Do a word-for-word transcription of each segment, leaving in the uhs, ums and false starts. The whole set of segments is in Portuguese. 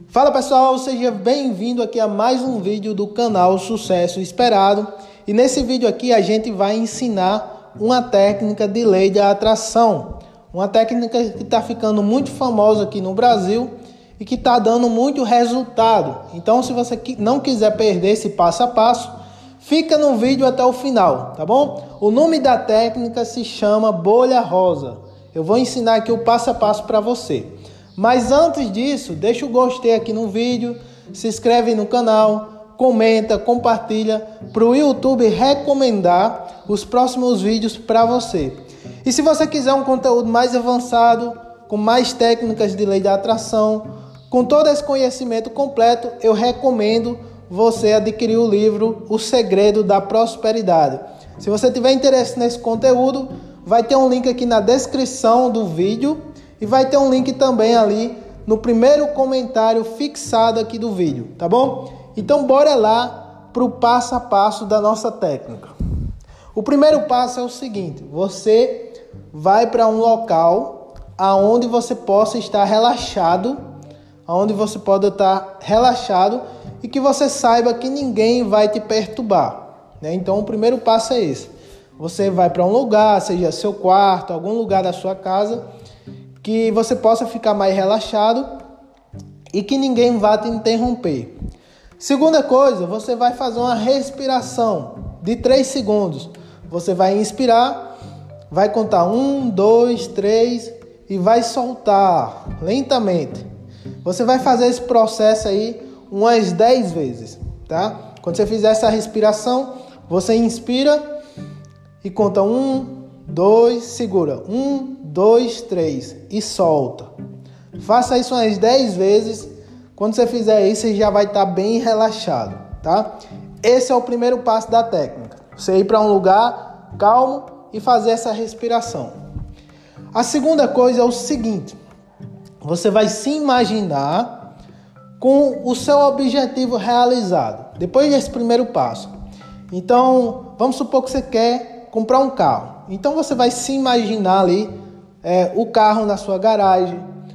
Fala pessoal, seja bem-vindo aqui a mais um vídeo do canal Sucesso Esperado. E nesse vídeo aqui a gente vai ensinar uma técnica de lei da atração. Uma técnica que está ficando muito famosa aqui no Brasil e que está dando muito resultado. Então, se você não quiser perder esse passo a passo, fica no vídeo até o final, tá bom? O nome da técnica se chama bolha rosa. Eu vou ensinar aqui o passo a passo para você. Mas antes disso, deixa o gostei aqui no vídeo, se inscreve no canal, comenta, compartilha para o YouTube recomendar os próximos vídeos para você. E se você quiser um conteúdo mais avançado, com mais técnicas de lei da atração, com todo esse conhecimento completo, eu recomendo você adquirir o livro O Segredo da Prosperidade. Se você tiver interesse nesse conteúdo, vai ter um link aqui na descrição do vídeo e vai ter um link também ali no primeiro comentário fixado aqui do vídeo, tá bom? Então bora lá para o passo a passo da nossa técnica. O primeiro passo é o seguinte: você vai para um local aonde você possa estar relaxado, aonde você pode estar relaxado e que você saiba que ninguém vai te perturbar, né? Então o primeiro passo é esse. Você vai para um lugar, seja seu quarto, algum lugar da sua casa, que você possa ficar mais relaxado e que ninguém vá te interromper. Segunda coisa, você vai fazer uma respiração de três segundos. Você vai inspirar, vai contar um, dois, três e vai soltar lentamente. Você vai fazer esse processo aí umas dez vezes, tá? Quando você fizer essa respiração, você inspira e conta um, dois, segura. Um, dois, três e solta. Faça isso umas dez vezes. Quando você fizer isso, você já vai estar bem relaxado, tá? Esse é o primeiro passo da técnica. Você ir para um lugar calmo e fazer essa respiração. A segunda coisa é o seguinte: você vai se imaginar com o seu objetivo realizado. Depois desse primeiro passo. Então, vamos supor que você quer comprar um carro. Então, você vai se imaginar ali É, o carro na sua garagem,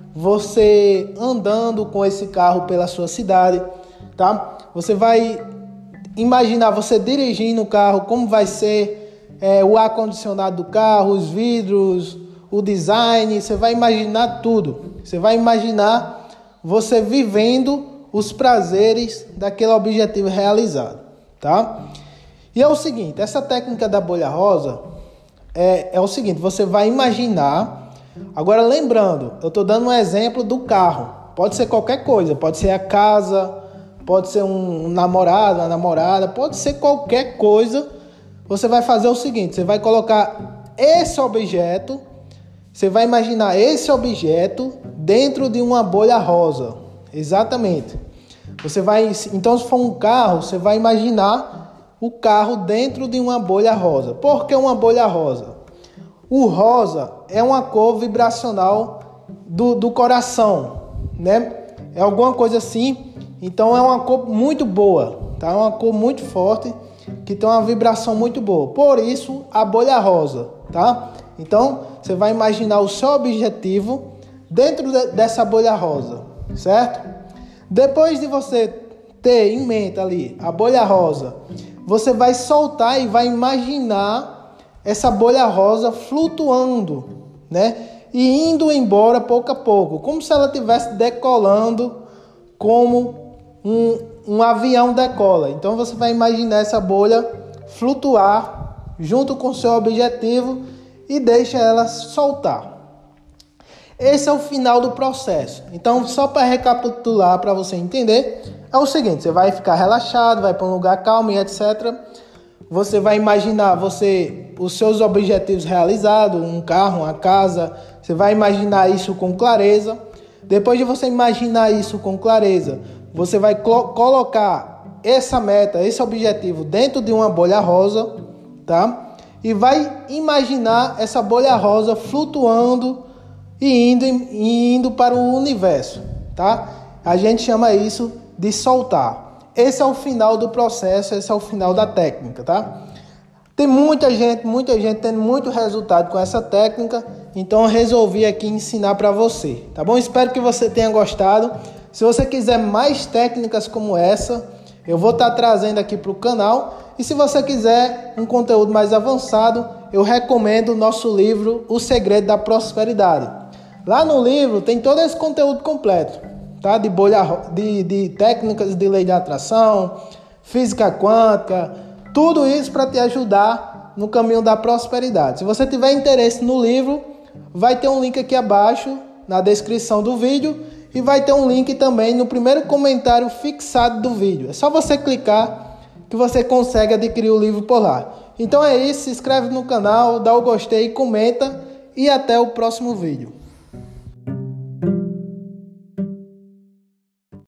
você andando com esse carro pela sua cidade, tá? Você vai imaginar você dirigindo o carro, como vai ser é, o ar-condicionado do carro, os vidros, o design, você vai imaginar tudo. Você vai imaginar você vivendo os prazeres daquele objetivo realizado, tá? E é o seguinte, essa técnica da bolha rosa É, é o seguinte, você vai imaginar, agora lembrando, eu estou dando um exemplo do carro, pode ser qualquer coisa, pode ser a casa, pode ser um, um namorado, uma namorada, pode ser qualquer coisa. Você vai fazer o seguinte, você vai colocar esse objeto, você vai imaginar esse objeto dentro de uma bolha rosa, exatamente. Você vai, então se for um carro, você vai imaginar o carro dentro de uma bolha rosa. Por que uma bolha rosa? O rosa é uma cor vibracional do, do coração, né? É alguma coisa assim. Então é uma cor muito boa, tá? É uma cor muito forte, que tem uma vibração muito boa. Por isso, a bolha rosa, tá? Então, você vai imaginar o seu objetivo dentro de, dessa bolha rosa, certo? Depois de você ter em mente ali a bolha rosa, você vai soltar e vai imaginar essa bolha rosa flutuando, né? E indo embora pouco a pouco, como se ela estivesse decolando, como um, um avião decola. Então você vai imaginar essa bolha flutuar junto com o seu objetivo e deixa ela soltar. Esse é o final do processo. Então, só para recapitular, para você entender, é o seguinte: você vai ficar relaxado, vai para um lugar calmo e etcétera. Você vai imaginar você, os seus objetivos realizados, um carro, uma casa. Você vai imaginar isso com clareza. Depois de você imaginar isso com clareza, você vai colo- colocar essa meta, esse objetivo dentro de uma bolha rosa, tá? E vai imaginar essa bolha rosa flutuando e indo, e indo para o universo, tá? A gente chama isso de soltar. Esse é o final do processo, esse é o final da técnica, tá? Tem muita gente, muita gente tendo muito resultado com essa técnica, então eu resolvi aqui ensinar para você, tá bom? Espero que você tenha gostado. Se você quiser mais técnicas como essa, eu vou estar trazendo aqui para o canal. E se você quiser um conteúdo mais avançado, eu recomendo o nosso livro O Segredo da Prosperidade. Lá no livro tem todo esse conteúdo completo, tá? De, bolha, de, de técnicas de lei de atração, física quântica, tudo isso para te ajudar no caminho da prosperidade. Se você tiver interesse no livro, vai ter um link aqui abaixo na descrição do vídeo e vai ter um link também no primeiro comentário fixado do vídeo. É só você clicar que você consegue adquirir o livro por lá. Então é isso, se inscreve no canal, dá o gostei, comenta e até o próximo vídeo.